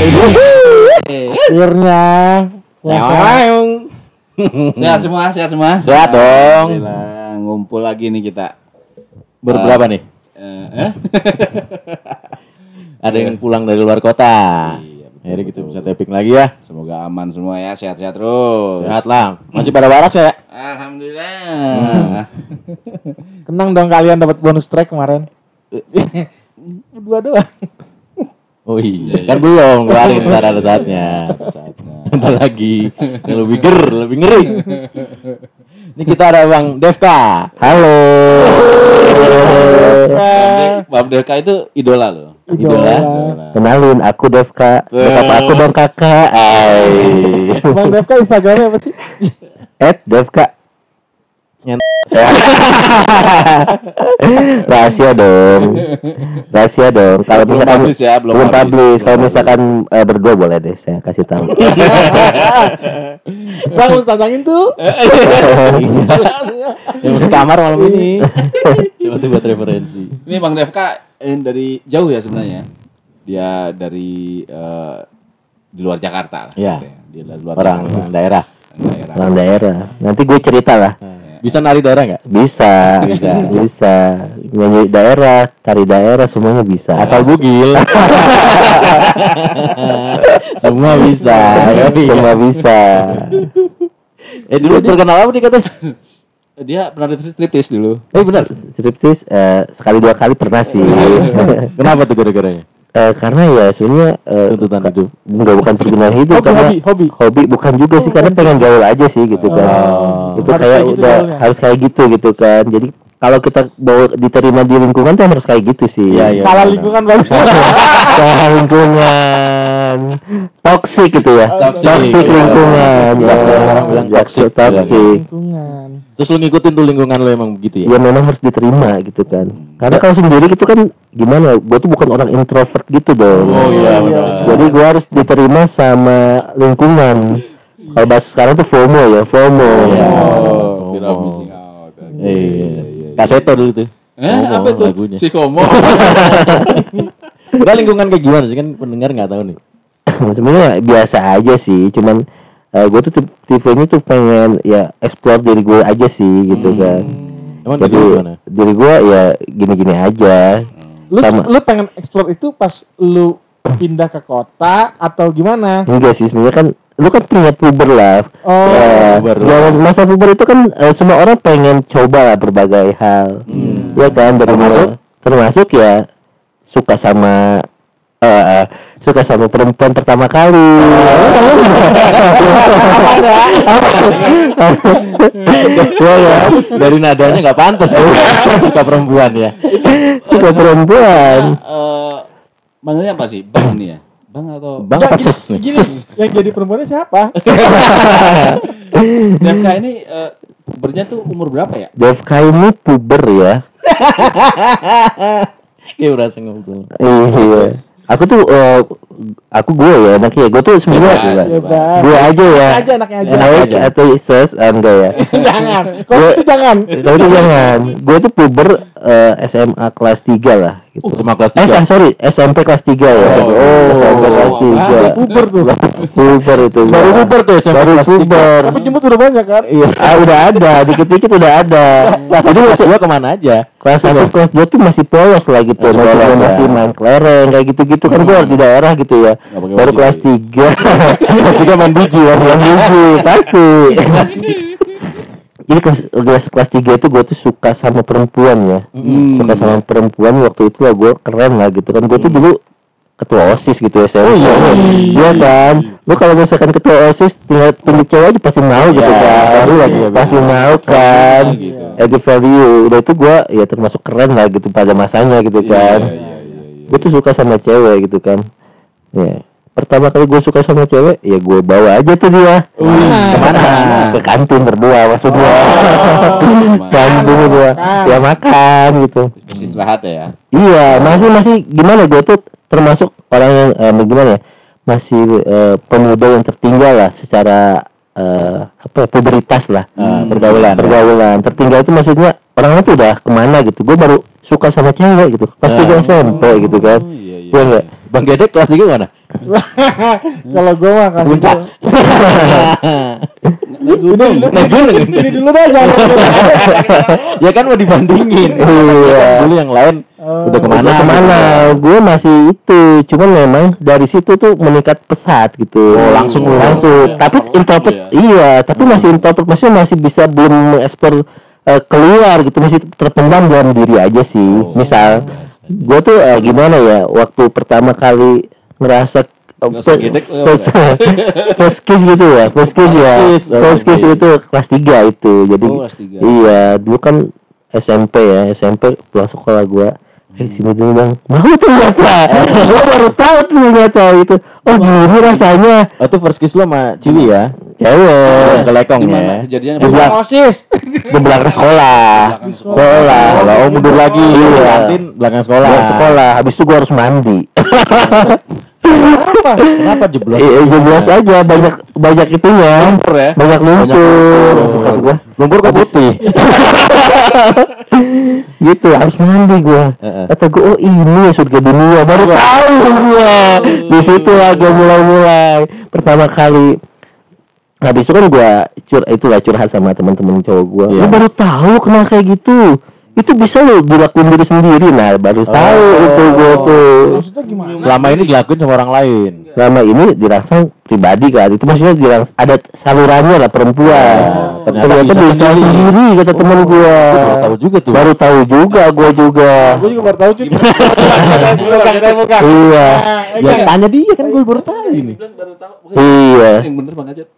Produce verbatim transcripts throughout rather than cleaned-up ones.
Akhirnya sehat semua, sehat semua. Sehat dong. Alhamdulillah, ngumpul lagi nih kita. Berberapa uh, nih? Uh, eh? Ada yang pulang dari luar kota. Iya, betul, akhirnya kita betul, bisa taping lagi ya. Semoga aman semua ya, sehat-sehat terus. Sehat lah. Masih pada waras ya? Alhamdulillah. Hmm. Kenang dong kalian dapat bonus track kemarin. Berdua doang. Oh iya, kan belum keluarin, ntar ada saatnya. Ntar lagi, yang lebih ger, lebih ngeri. Ini kita ada Bang Devka. Halo. Bang Devka itu idola loh. Idola. Kenalin, aku Devka. Betapa aku dong kakak. Ay. Bang Devka Instagramnya apa sih? Et Devka. Rahasia dong, rahasia dong. Kalau misalkan publish ya, belum belum publish. publish. Kalau misalkan uh, berdua boleh deh, saya kasih tahu. Bang, lu tantangin tuh. Yang sekamar malam ini. Coba tuh buat referensi. Ini Bang Devka eh, dari jauh ya sebenarnya. Dia dari uh, di luar Jakarta. Iya. Dia dari luar Orang Jakarta. daerah. daerah. Orang daerah. Nanti gue cerita lah. Bisa nari daerah nggak? Bisa, bisa, bisa. Nyanyi daerah, tari daerah, semuanya bisa. Asal bugil. Semua bisa, ya, semua bisa. Eh dulu terkenal apa nih katanya? Dia pernah di striptease dulu. Eh benar, striptease eh, sekali dua kali pernah sih. Kenapa tuh gara-garanya? Eh, karena ya sebenarnya uh, tuntutan hidup enggak bukan perkebunan hidup hobi, karena hobi, hobi. hobi bukan juga oh, sih karena pengen gaul aja sih gitu kan. Oh. Itu harus kayak gitu udah gaulnya. harus kayak gitu gitu kan. Jadi kalau kita mau diterima di lingkungan tuh harus kayak gitu sih. Ya, ya, salah lingkungan bagus. Salah lingkungan. Toksik gitu ya. Toxic, Toksik lingkungan. Ya, orang bilang toksik. Toksik. Lingkungan. Terus lu ngikutin tuh lingkungan lu emang begitu ya? Ya memang harus diterima gitu kan. Karena kalau sendiri gitu kan gimana? Gue tuh bukan orang introvert gitu dong. Oh iya benar. Jadi gue harus diterima sama lingkungan. Kalau bahas sekarang tuh FOMO ya, FOMO. Iya. Oh, fear of missing out. Iya. Kaseto dulu tuh. Eh, apa itu? Lagunya. Si Komo. Enggak lingkungan kayak gimana sih kan pendengar enggak tahu nih. Sebenarnya biasa aja sih, cuman uh, gue tuh tipenya tuh pengen ya explore diri gue aja sih gitu hmm. kan. Emang jadi gimana? Diri gue ya gini-gini aja. Lu sama. Lu pengen explore itu pas lu pindah ke kota atau gimana? Enggak sih sebenarnya kan lu kan punya puber lah. Oh. Ya, dalam masa puber itu kan uh, semua orang pengen coba lah berbagai hal. Hmm. Ya kan dari termasuk termasuk ya suka sama uh, uh, suka sama perempuan pertama kali. Ya ya, dari nadanya nggak pantas suka perempuan ya. Suka perempuan. Eh, manggilnya apa sih? Bang ini ya? Bang atau Bang apa ses nih? Ses. Yang jadi perempuannya siapa? Devka ini uh, pubernya tuh umur berapa ya? Devka ini puber ya. Iya berasa ngobrol. Iya. Aku tuh uh, aku gue ya anaknya. Gue tuh sebenarnya gue aja ya. Aja anaknya aja. Enak aja atau ses enggak ya? Jangan. Kau itu jangan. Kau itu jangan. Gue tuh puber uh, S M A kelas tiga lah gitu. S M A kelas tiga. Eh sorry, S M P kelas tiga ya. Oh, S M P kelas tiga. Puber tuh. Puber itu. Baru puber tuh S M P baru puber. Tapi jemput udah banyak kan? Iya. Ah udah ada, dikit-dikit udah ada. Jadi gua kemana aja? Kelas satu, kelas dua tuh masih polos lah gitu. Masih masih main kelereng kayak gitu-gitu kan gua di daerah gitu ya. Baru kelas tiga. Kelas tiga main biji ya, main biji pasti. Jadi kelas, kelas, kelas tiga itu gue tuh suka sama perempuan ya. hmm. Suka sama perempuan waktu itu lah gue keren lah gitu kan. Gue tuh dulu ketua OSIS gitu ya. Oh iya, iya kan. Lu kalau misalkan ketua OSIS tinggal tunjuk cewek aja pasti mau gitu yeah, kan. Baru lagi yeah, pasti yeah, mau kan. Gitu. Added value. Udah itu gue ya termasuk keren lah gitu pada masanya gitu kan. Yeah, yeah, yeah, yeah, gue tuh suka sama cewek gitu kan. Ya. Yeah. Pertama kali gue suka sama cewek, ya gue bawa aja tuh dia. Wah. Kemana? Ke kantin berdua maksudnya. Oh, kantin berdua. Ya makan gitu. Istirahat ya. Iya, masih masih gimana gue tuh termasuk orang yang eh, gimana ya? Masih eh, pemuda yang tertinggal lah secara eh, apa ya, puberitas lah. Hmm, pergaulan. Pergaulan. Ya. Tertinggal itu maksudnya orang itu udah kemana gitu. Gue baru suka sama cewek gitu. Pas tiga S M P gitu kan. Oh, iya, iya. Iya enggak? Bang Gedek kelas tiga mana? Kalau gue mah kan Puncak. Ini dulu, ini dulu dah jangan. Ya kan mau dibandingin. Iya. Dulu yang lain Oh, udah kemana? Udah kemana? Gue masih itu, cuman memang dari situ tuh meningkat pesat gitu. Oh, langsung lu. langsung. Oh, Tapi oh, introvert, ya. iya. Tapi masih introvert, maksudnya masih bisa belum mengekspor eh, keluar gitu, masih terpendam dalam diri aja sih. Misal, gue tuh eh, gimana ya? Waktu pertama kali ngerasa Nggak usah gedek, ya, pes peskis gitu ya, peskis ya, Peskis, oh, peskis peskis. itu kelas tiga itu. Jadi Oh, kelas tiga. iya, dulu kan S M P ya, S M P pulang sekolah gua. Eh, sini dulu bang, mau ternyata. Gua baru tahu ternyata itu. Oh gini rasanya. Oh, itu first kiss lu sama Ciwi ya? Cewek. Ke Lekong Di mana ya. kejadiannya? Di belakang OSIS. di belakang sekolah. Belakang Sekolah. Kalau oh, mundur lagi, Iya. kantin belakang sekolah. Belakang sekolah. Habis itu gua harus mandi. Apa? Kenapa jeblos? Eh, eh, jeblos aja banyak banyak itunya. Lumpur ya? Banyak lumpur. Kata gua. Lumpur kok putih. Gitu harus mandi gua. Heeh. Kata gua oh ini surga dunia baru tahu gua. Di situ lah gua mulai-mulai pertama kali. Habis itu kan gua cur itulah curhat sama teman-teman cowok gua. Iya. Lu baru tahu kenal kayak gitu. Itu bisa lo dilakuin diri sendiri. Nah, baru tahu itu gua tuh. Maksudnya gimana? Selama ini dilakuin sama orang lain. Selama ini dirangsang pribadi kan. Itu maksudnya dirang, ada salurannya lah perempuan. Oh, ternyata ternyata, bisa bisa sendiri. sendiri kata temen gua. Baru tahu juga tuh. Baru tahu juga gua juga. Gue juga baru tahu cuy. Bukan, saya bukan. Iya. Ya tanya dia kan gue baru tahu ini. Bilang baru tahu. Iya. Yang bener Bang Ajat.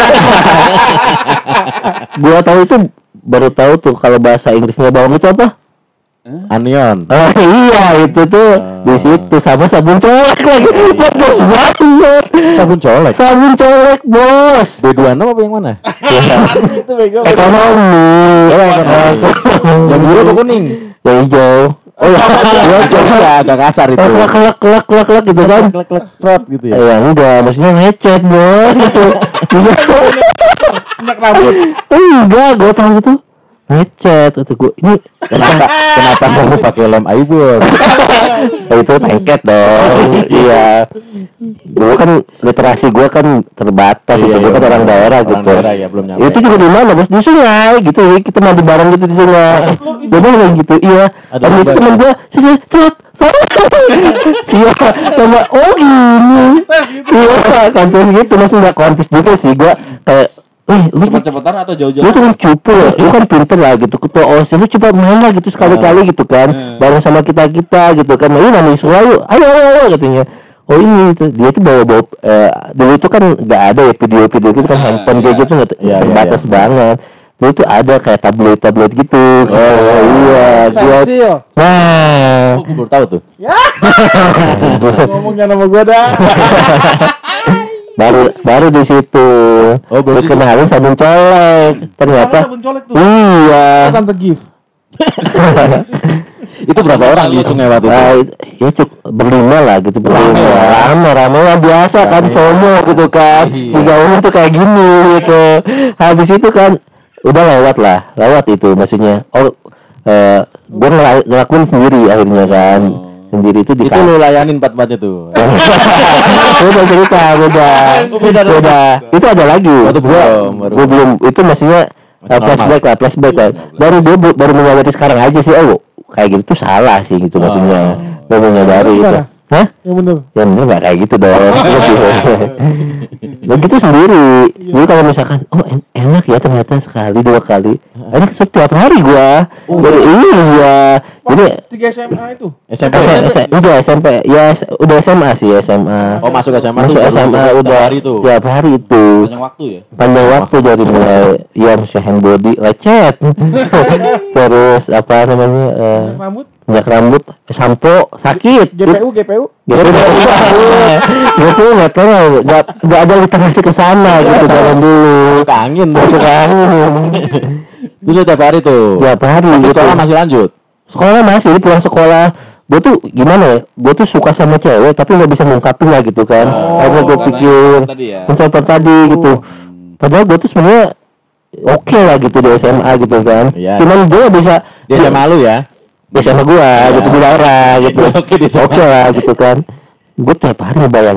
Gua tahu itu baru tahu tuh kalau bahasa Inggrisnya bawang itu apa? Anion. Oh iya itu tuh di situ sama sabun colek lagi. Bagus banget. Sabun colek. Sabun colek bos. B dua puluh enam apa yang mana? Itu bego. Ekonomi. Yang biru apa kuning? Yang hijau. Oh ya, ya coba agak kasar itu. Klak klak klak klak klak gitu kan. Klek klek klek gitu ya. Ya enggak, maksudnya ngecet bos gitu. Minyak rambut. Enggak, gua tahu itu ngecet atau gua ini Kenapa? Kenapa kamu pakai lem Aibon? oh, itu tengket dong. Iya. Gua kan literasi gua kan terbatas Iya, itu. Gua iya, kan orang benar. daerah Orang gitu. daerah, ya, belum nyampe. Itu juga di mana, Bos? Di sungai gitu. Kita mandi bareng gitu di sungai. Dia bilang gitu. Iya. Ada Dan itu lomba. teman gua, sih cet. Iya, sama oh gini. Iya, kontes gitu. Maksudnya enggak kontes juga sih. Gua kayak eh, lu Cepet-cepetan atau lu jauh-jauh? tuh kan cupu ya, lu kan pinter lah gitu, ketua O S I, lu coba main lah gitu sekali-kali gitu kan, Hmm. bareng sama kita-kita gitu kan, nah, ini namanya semua yuk, ayo ayo ayo katanya. Oh ini tuh, dia tuh bawa-bawa, eh, dulu itu kan nggak ada ya video-video gitu kan, Ah, handphone iya. kayak gitu nggak Iya, iya, terbatas iya. banget. Dulu tuh ada kayak tablet-tablet gitu. Oh, iya, gua, Pensil. nah, Oh, gue baru tahu tuh. Ngomongnya nama gue dah. baru baru di situ, Oh, baru lu situ. kenalin sabun colek, ternyata, Sabun colek tuh. iya. Tante gift. Itu berapa orang di sungai waktu itu? Nah, itu- ya cuk berlima lah gitu berlima. Rame ya? Rame rame yang biasa kan Rame. FOMO gitu kan. Iya. Tiga umur tuh kayak gini gitu. Habis itu kan udah lewat lah, lewat itu maksudnya. Oh, eh gue ngela- ngelakuin sendiri akhirnya kan. Sendiri itu di Itu lu layanin empat-empatnya tuh. beda cerita beda beda beda itu ada lagi Oh, itu gua belum, baru. gua belum itu maksudnya Masih uh, flashback lah flashback lah baru dia bu- baru menyadari sekarang aja sih oh kayak gitu tuh salah sih gitu maksudnya gua menyadari itu Gimana? hah Yang bener. ya bener nggak kayak gitu dong ya gitu sendiri jadi kalau misalkan oh en- enak ya ternyata sekali dua kali enak setiap hari gua Jadi, iya jadi Tiga S M A itu. S M P. S- S- udah S M P ya S- udah S M A sih S M A Oh, masuk S M A masuk tuh S M A baru udah hari itu. tiap hari itu Panjang waktu ya? panjang waktu dari mulai ya misalnya hand body lecet terus apa namanya eh, Rambut. minyak rambut sampo sakit G P U, G P U. G P U gitu nggak tahu nggak nggak ada literasi ke sana gitu zaman dulu Ke angin. masuk angin Itu tiap hari tuh. tiap hari Tapi gitu sekolah masih lanjut. sekolah masih jadi pulang sekolah gue tuh gimana ya gue tuh suka sama cewek tapi nggak bisa ngungkapin lah gitu kan Oh, akhirnya gue karena pikir itu tadi ya. mencoba tadi gitu padahal gue tuh sebenarnya oke lah gitu di S M A gitu kan Iya. cuman gue bisa Dia sama lu ya. di S M A gue gitu di daerah gitu Oke, di S M A. oke lah gitu kan gue tiap hari ngebayangin "Ih,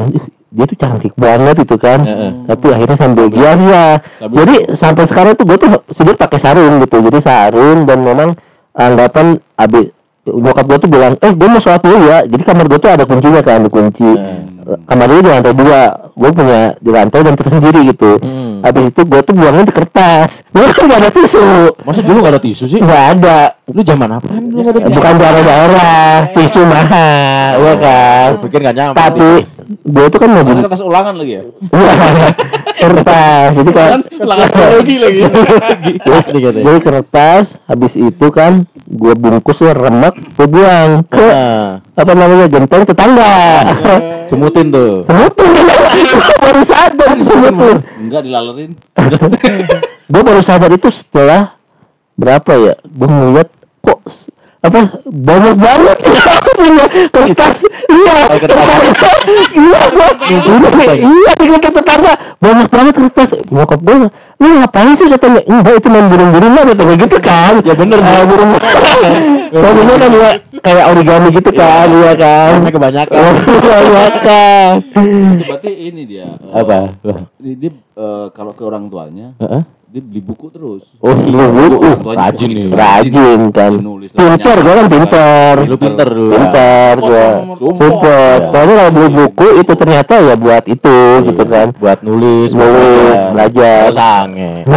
dia tuh cantik banget itu kan. Heeh. Tapi akhirnya sambil dia ya. Jadi sampai sekarang tuh gue tuh sebenarnya pakai sarung gitu. Jadi sarung dan memang anggapan abis nyokap gue tuh bilang, eh gue mau sholat dulu ya. Jadi kamar gue tuh ada kuncinya kan, ada kunci. Kamar gue di lantai dua, gue punya di lantai dan tersendiri gitu. Hmm. Habis itu gue tuh buangnya di kertas. Gue kan gak ada tisu. Masa dulu gak ada tisu sih? Gak ada. Lu zaman apaan lu gak ada tisu? Bukan daerah-daerah, tisu mahal, ya kan. Gua pikir gak nyampe. Tapi gue tuh kan mau Kan beli kertas ulangan lagi ya. kertas. Jadi kan Ulangan biologi lagi. Asli gitu ya. jadi kertas. Habis itu kan gue bungkus lah remek, gue buang ke Nah, apa namanya genteng tetangga. semutin tuh. Semutin. Gue baru sadar semutin. Enggak dilalerin. Gue baru sadar itu setelah berapa ya? Gue ngeliat kok s- apa banyak banget maksudnya kertas. Iya, kertas. Iya, gua iya di genteng tetangga banyak banget kertas. Nyokap gue, lu ngapain sih katanya? Enggak, itu main burung-burungan katanya gitu kan. Ya bener, Eh, burung. Maksudnya kan ya kayak origami gitu kan, iya kan. Karena kebanyakan. Kebanyakan. Itu berarti ini dia. eh, Apa? Dia, dia, eh, kalau ke orang tuanya, Heeh. dia beli buku terus. Oh, Beli buku. Orang tuanya Rajin buku nih. gitu. Rajin kan. Nulis, Pinter, gue kan pinter. Lu pinter lu. Pinter gue. Support. Soalnya kalau beli buku itu ternyata ya buat itu gitu kan. Buat nulis, Nulis, belajar. sange.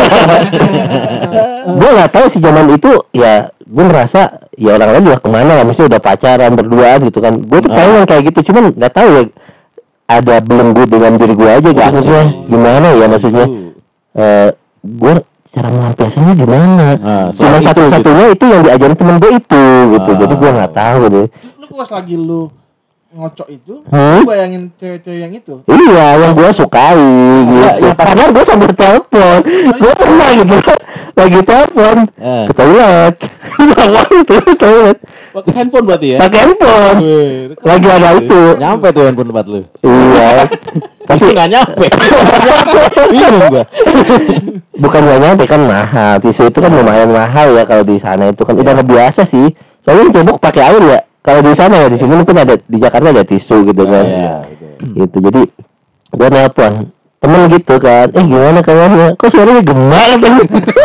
Gue nggak tahu sih zaman itu ya gue ngerasa ya orang lain udah kemana lah, misalnya udah pacaran berduaan gitu kan. Gue tuh pengen kayak gitu, cuman nggak tahu ya ada belenggu dengan diri gue aja gitu. Wah, Maksudnya gimana ya maksudnya? Eh gue cara melampiaskannya gimana? Nah, Cuma selain itu satu-satunya itu yang diajarin temen gue itu gitu. Ah. Jadi gue nggak tahu deh. Lu pas lagi lu ngocok itu, Hmm? lu bayangin cewek-cewek yang itu. Iya, yang gue sukai gitu. Ya, padahal gue sambil telepon, gue pernah gitu lagi telepon Eh. ke toilet, bangun itu ke toilet, Pakai handphone berarti ya? pakai handphone, Wih, lagi ada itu. Nyampe tuh handphone tempat lu. Iya, Tapi nggak nyampe. Bingung gua. bukan gak nyampe kan mahal. Tisu itu kan lumayan mahal ya kalau di sana itu kan udah nggak biasa sih. Soalnya yang cebok pakai air ya. Kalau di sana ya di sini mungkin ada di Jakarta ada tisu gitu kan. Iya, Gitu. Jadi gue nelpon temen gitu kan, eh gimana kabarnya? Kok suaranya gemak katanya?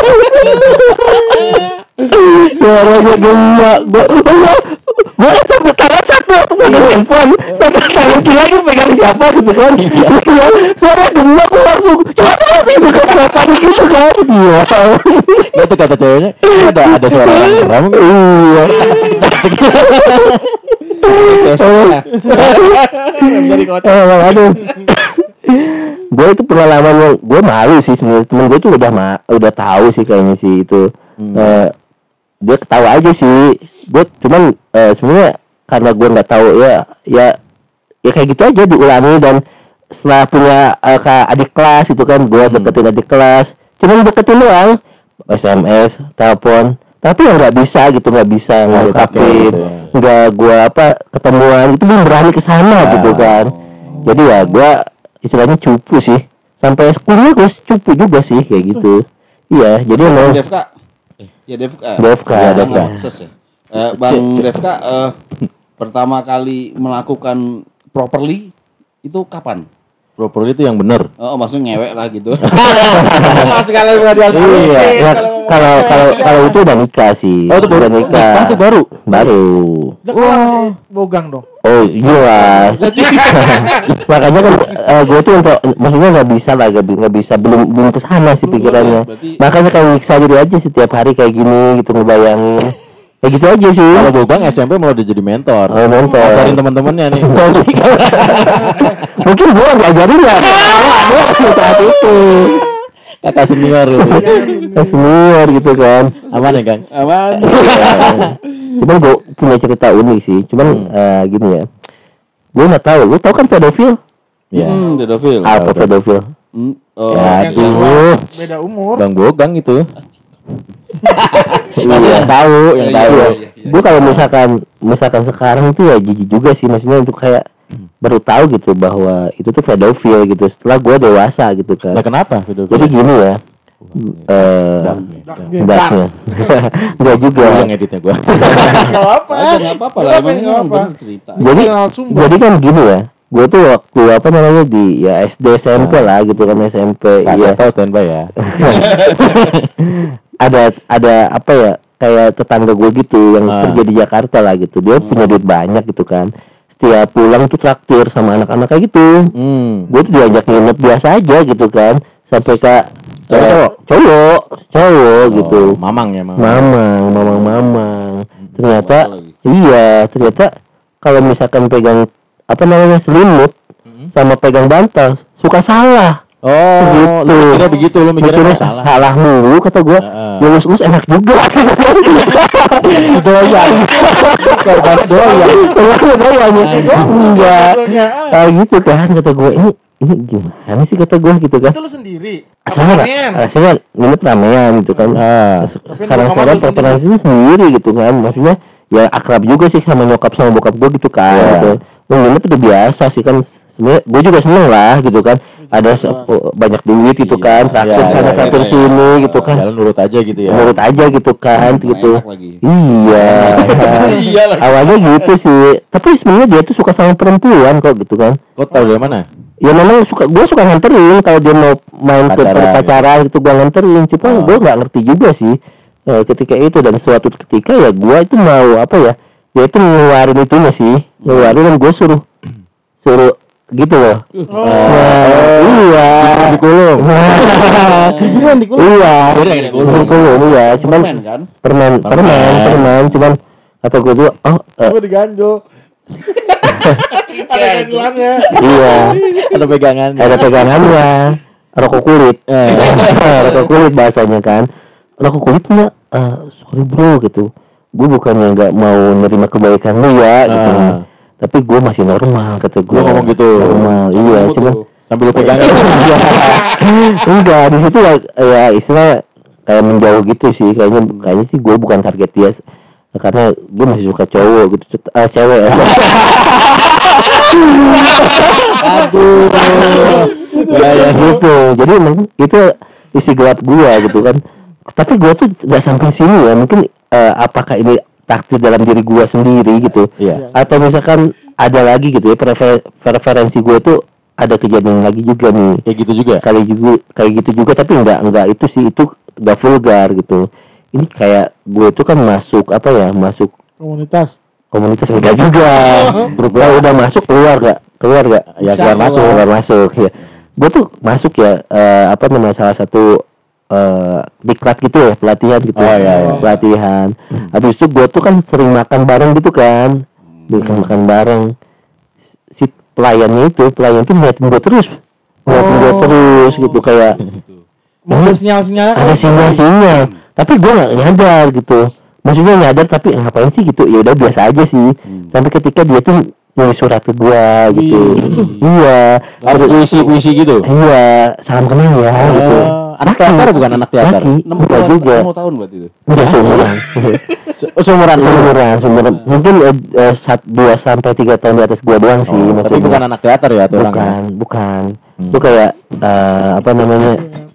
Suaranya gemak. Gue gue kan sampai tangan satu waktu pegang handphone, satu tangan kiri lagi pegang siapa gitu kan? Suara gemak, gue langsung coba coba sih bukan kenapa gitu kan? Iya. itu kata ceweknya, ada ada suara orang geram. Iya. Jadi kocok. Eh, aduh. Gue itu pengalaman yang gue malu sih sebenarnya. Temen gue tuh udah ma udah tahu sih kayaknya sih itu. Eh, dia ketawa aja sih. Gue cuman eh, sebenarnya karena gue nggak tahu ya ya ya kayak gitu aja diulangi. Dan setelah punya eh, kayak adik kelas itu kan, gue deketin adik kelas. Cuman deketin doang, S M S, telepon. Tapi yang nggak bisa gitu, nggak bisa ngungkapin, gitu ya. nggak gue apa ketemuan itu belum berani ke sana gitu kan. Jadi ya gue istilahnya cupu sih, sampai kuliah gue cupu juga sih kayak gitu. Iya, jadi emang Devka. Ya Devka. Devka, Ya, Devka. Bang Akses ya. Eh, Bang Devka eh, pertama kali melakukan properly itu kapan? Properly itu yang bener. Oh, maksudnya ngewek lah gitu. Mas sekali udah dia. iya, ya, kalau kalau kalau itu udah nikah sih. Oh, itu baru udah nikah. nikah tuh baru? Baru. Wah, bogang dong. Oh iya. Makanya kan eh, gue tuh untuk maksudnya nggak bisa lah, nggak bi- nggak bisa belum belum kesana sih pikirannya. berarti- Makanya kayak nyiksa diri aja setiap hari kayak gini gitu ngebayangin. Kayak gitu aja sih. Kalau Bobang S M P mau udah jadi mentor. Oh, mentor. Ngajarin teman-temannya nih. Mungkin gue ngajarin ya. Gue saat itu. Kakak senior lu. Kayak senior gitu kan. Aman ya, Kang? Aman. Cuman gue punya cerita unik sih. Cuman eh, gini ya. Gue nggak tahu. Lu tahu kan pedofil? Iya. Hmm, pedofil. Apa pedofil? Hmm, oh, Ya, iya. Aduh. Beda umur. Bang Bogang itu. Iya. Yang tahu, yang Iya, tahu. iya, iya, iya. Gue kalau misalkan misalkan sekarang itu ya jijik juga sih, maksudnya untuk kayak baru tahu gitu bahwa itu tuh pedofil gitu setelah gue dewasa gitu Nah, kan. kenapa pedofil? Jadi gini ya. Eh Dark nih, dark. enggaknya. Enggak juga. Gua yang editnya gua. Enggak apa. Aja nggak apa-apa lah, emang ini Nggak emang apa. bener cerita. Jadi Kenal sumber. jadi kan gini ya. gue tuh waktu apa namanya di ya S D S M P lah gitu kan S M P. Iya. Iya. Tahu standby ya. ada ada apa ya kayak tetangga gue gitu yang Ah. kerja di Jakarta lah gitu. Dia punya duit banyak gitu kan. Setiap pulang tuh traktir sama anak-anak kayak gitu. Hmm. Gue tuh diajak nginep biasa aja gitu kan. Sampai ke Cewek cowok? cowok, cowok gitu. Oh, mamang ya, mamang. Mamang, mamang, mamang. Ternyata Foto lagi. iya, ternyata kalau misalkan pegang apa namanya selimut sama pegang bantal suka salah. Oh, Gitu. lu mikirnya begitu, lu mikirnya Mikirnya nggak salah. salah mulu kata gua. Heeh. Ya lus-lus enak juga. Doyan. Korban doyan. Doyan ya. Enggak. Kayak gitu kan kata gua ini ini gimana sih kata gua gitu kan. Itu lu sendiri. Asalnya Ramean. asalnya nginep ramean gitu kan. Ah. Sekarang Tapi saya lu preferensi sendiri gitu kan. Maksudnya ya akrab juga sih sama nyokap sama bokap gua gitu kan. Iya. Gitu. Lu nginep udah biasa sih kan. Sebenarnya gue juga seneng lah gitu kan. Ada se- banyak duit gitu kan. Traktir iya, sana iya, traktir iya. sini gitu kan. Jalan nurut aja gitu ya. Menurut aja gitu kan gitu. Enak lagi. Iya. Iya lah. Awalnya gitu sih. Tapi sebenarnya dia tuh suka sama perempuan kok gitu kan. Kau tahu dari mana? Ya memang suka gue suka nganterin kalau dia mau main ke Pacaran. pacaran gitu gue nganterin. Cuma Oh. gue nggak ngerti juga sih eh, ketika itu dan suatu ketika ya gue itu mau apa ya? Dia itu ngeluarin itunya sih, ngeluarin dan gue suruh suruh gitu loh. Nah, iya. Dikulung. Gimana dikulung? Iya. Kirain dikulung. Dikulung, iya. Cuman Permen kan? permen, permen, permen. Cuman kata gue tuh, oh eh, Gue diganjol. Ada ganjelannya. iya. Ada pegangannya. Ada pegangannya. Rokok kulit. Eh. Rokok kulit bahasanya kan. Rokok kulit mah, eh, sorry bro gitu. Gue bukannya nggak mau nerima kebaikan lu ya gitu. Ah. Tapi gue masih normal kata gue. Lu ngomong gitu. Normal, iya. Kamu Cuman tuh. Sambil lu pegangin. enggak di situ ya, ya istilah kayak menjauh gitu sih. Kayaknya kayaknya sih gue bukan target dia. Karena gue masih suka cowok gitu, eh, cewek. Aduh. Ya, ya gitu. Jadi emang itu isi gelap gua gitu kan. Tapi gua tuh nggak sampai sini ya. Mungkin eh, apakah ini takdir dalam diri gua sendiri gitu? Iya. Atau misalkan ada lagi gitu ya prefer- preferensi gua tuh ada kejadian lagi juga nih. Kayak gitu juga. Kali juga kayak gitu juga tapi nggak nggak itu sih itu nggak vulgar gitu. Ini kayak gue tuh kan masuk apa ya masuk Komunitas. komunitas enggak juga. Grup lah udah masuk keluar gak? Keluar gak? Ya Bisa keluar masuk, keluar. keluar masuk ya. Gue tuh masuk ya eh, apa namanya salah satu eh diklat gitu ya, pelatihan gitu. Oh, iya, iya. Pelatihan. Habis itu gue tuh kan sering makan bareng gitu kan. Makan makan bareng. Si pelayannya itu, pelayan tuh ngeliatin gue terus. Ngeliatin gue Oh. terus gitu kayak Mau ada sinyal-sinyal. ada sinyal-sinyal. Tapi gue nggak nyadar gitu. Maksudnya nyadar tapi ngapain sih gitu? Ya udah biasa aja sih. Sampai ketika dia tuh nulis surat ke gua gitu. Iya. Ada puisi-puisi gitu. Iya, salam kenal ya gitu. Oh, anak teater bukan anak teater. Laki, enam enggak tahun, juga. enam tahun berarti itu. Udah seumuran. Oh, seumuran Seumuran, seumuran. Mungkin eh, eh, sat, dua sampai tiga tahun di atas gua doang sih. Oh, tapi maksudnya. bukan anak teater ya tuh orang. Bukan, bukan. Hmm. Itu kayak eh, apa namanya?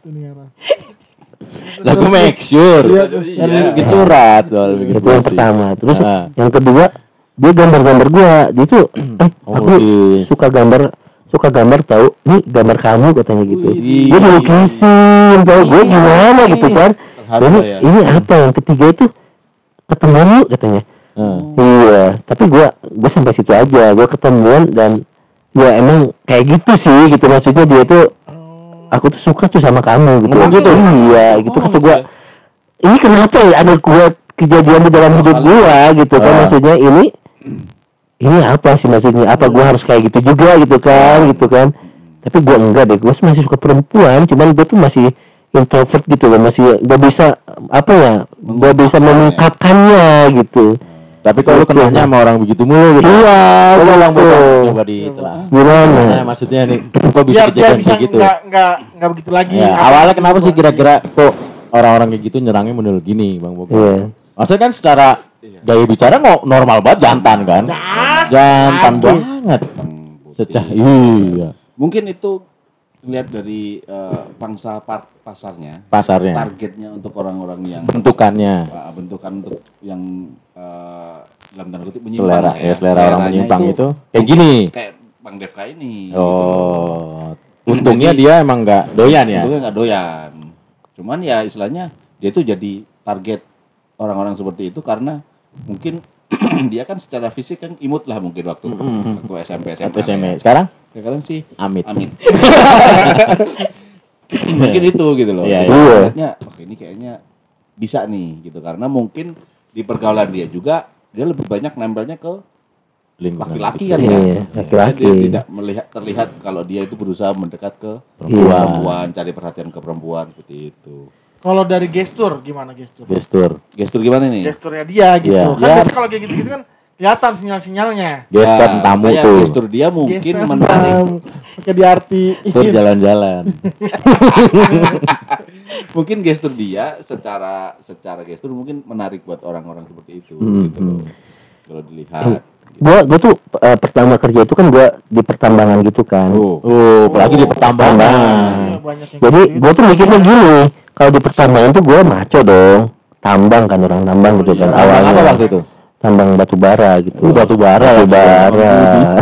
Lagu make sure. Iya, Kan bikin surat soal bikin Itu yang puisi. pertama. Terus Ah. yang kedua dia gambar-gambar gua. Dia tuh eh Oh, aku lukis. suka gambar suka gambar tahu. Nih gambar kamu katanya gitu. Wih. Dia dilukisin tahu gue gimana gitu kan. Terharu Ini lah ya. ini apa yang ketiga itu ketemuan yuk katanya. Ah. Iya, tapi gua gua sampai situ aja. Gua ketemuan dan ya emang kayak gitu sih gitu maksudnya dia tuh aku tuh suka tuh sama kamu gitu. Ngomong gitu? Iya, gitu Oh, kata gua. gitu Ini kenapa ya ada gua kejadian di dalam hidup gua gitu kan Ah. maksudnya ini ini apa sih maksudnya apa gua harus kayak gitu juga gitu kan gitu kan tapi gua enggak deh gua masih suka perempuan cuman gua tuh masih introvert gitu loh masih gak bisa apa ya gak bisa mengungkapkannya gitu. Tapi kalau lu kenalnya sama orang begitu mulu gitu. Iya, Coba lang gitu. coba di itulah. Gimana? Nah, maksudnya nih, kok bisa Biar dia kejadian bisa kayak gitu? nggak nggak nggak begitu lagi. Ya, Apa- awalnya kenapa sih kira-kira kok orang-orang kayak gitu nyerangnya model gini, Bang Bogor? Iya. Maksudnya kan secara gaya bicara kok normal banget jantan kan? Jantan Aduh. banget. Hmm, putih. Secah iya Mungkin itu lihat dari eh, pangsa par- pasarnya, pasarnya, targetnya untuk orang-orang yang bentukannya, uh, bentukan untuk yang uh, dalam tanda kutip menyimpang selera lah ya selera orang Seleranya menyimpang itu kayak gini. kayak Bang Devka ini. Oh. Untungnya dia emang nggak doyan ya. Untungnya nggak doyan. Cuman ya istilahnya dia tuh jadi target orang-orang seperti itu karena mungkin dia kan secara fisik kan imut lah mungkin waktu Mm-hmm. waktu S M P S M A. S M A. ya. Sekarang Sekarang sih amit. Amin. Mungkin itu gitu loh. Iya, Jadi iya. lihatnya, oh ini kayaknya bisa nih gitu karena mungkin di pergaulan dia juga dia lebih banyak nempelnya ke Lingkungan laki-laki gitu. kan ya. Iya, laki-laki. Dia tidak melihat terlihat kalau dia itu berusaha mendekat ke Iya. perempuan, cari perhatian ke perempuan seperti itu. Kalau dari gestur gimana gestur? Gestur. Gestur gimana nih? Gesturnya dia gitu. Iya. Kan Ya. biasanya kalau kayak gitu-gitu kan kelihatan sinyal-sinyalnya. Gestur Nah, tamu kayak tuh. gestur dia mungkin Gestur menarik. tamu. Pakai diarti. Gestur jalan-jalan. Mungkin gestur dia secara secara gestur mungkin menarik buat orang-orang seperti itu Hmm, gitu loh. Kalau dilihat. Gua gua tuh eh, pertama kerja itu kan gua di pertambangan gitu kan. Oh. Oh, apalagi di pertambangan. Iya, banyak yang Jadi gitu-gitu. gua tuh mikirnya gini, kalau di pertambangan tuh gua maco dong. Tambang kan orang tambang gitu kan Tambang awalnya. apa waktu itu? Tambang batu bara gitu. Uh, batu bara Batu lagi. bara.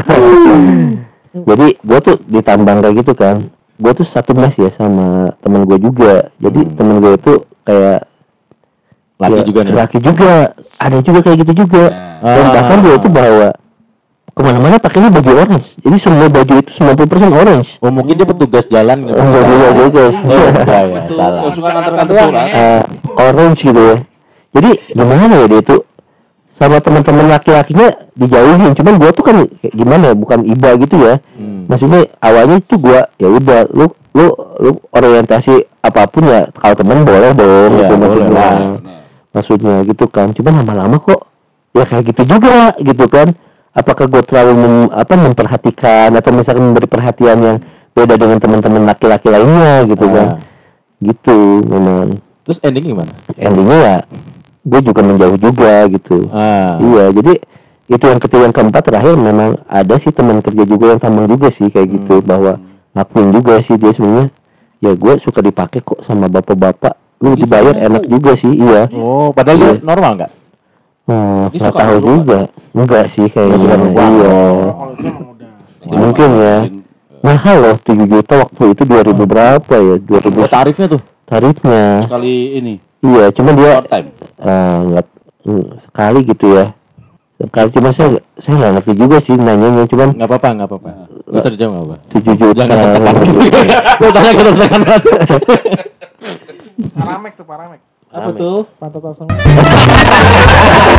Jadi gua tuh di tambang kayak gitu kan. Gua tuh satu mes ya sama temen gua juga. Jadi Hmm. temen gua itu kayak Laki ya, juga nih. Laki juga. Ada juga kayak gitu juga. Nah. Dan Ah. bahkan dia itu bawa kemana-mana pakainya baju orange. Jadi semua baju itu sembilan puluh persen orange. Oh, mungkin dia petugas jalan gitu. Oh, enggak juga, juga, guys. Oh, enggak ya, Itu salah. yang suka nganter-nganter Doang, surat. ya. Eh, orange gitu ya. Jadi gimana ya dia itu sama teman-teman laki-lakinya dijauhin. Cuman gua tuh kan kayak gimana ya, bukan iba gitu ya. Hmm. Maksudnya awalnya itu gua ya udah lu lu lu orientasi apapun ya kalau teman boleh dong Iya, gitu boleh maksudnya. lah. Nah, Maksudnya gitu kan. Cuman lama-lama kok ya kayak gitu juga gitu kan. Apakah gue terlalu mem- apa memperhatikan atau misalkan memberi perhatian yang beda dengan teman-teman laki-laki lainnya gitu Ah. kan. Gitu memang. Terus ending gimana? Endingnya ya gue juga menjauh juga gitu. Ah. Iya, jadi itu yang ketiga, yang keempat terakhir memang ada sih teman kerja juga yang tambang juga sih kayak gitu, Hmm. bahwa ngakuin juga sih dia sebenarnya ya gue suka dipakai kok sama bapak-bapak, lu Gitu, dibayar aku. enak juga sih. Iya. Oh, padahal dia Iya. normal enggak? Nah, Dia nggak suka tahu berubah. juga. Enggak sih kayaknya. Nggak suka berubah. Iya. Kalau itu emang udah. Mungkin ya. Mahal loh tujuh juta waktu itu dua ribu berapa ya? dua ribu Oh, tarifnya tuh. tarifnya. sekali ini Iya, cuma dia short time. eh, nggak hmm, sekali gitu ya. Sekali cuma saya saya nggak ngerti juga sih nanyanya, cuman Enggak apa-apa, enggak apa-apa. Bisa dijawab enggak apa. tujuh juta. Jangan tertekan gitu. Gua tanya ke tertekan. Paramek tuh paramek. Apa tuh? Pantat asam.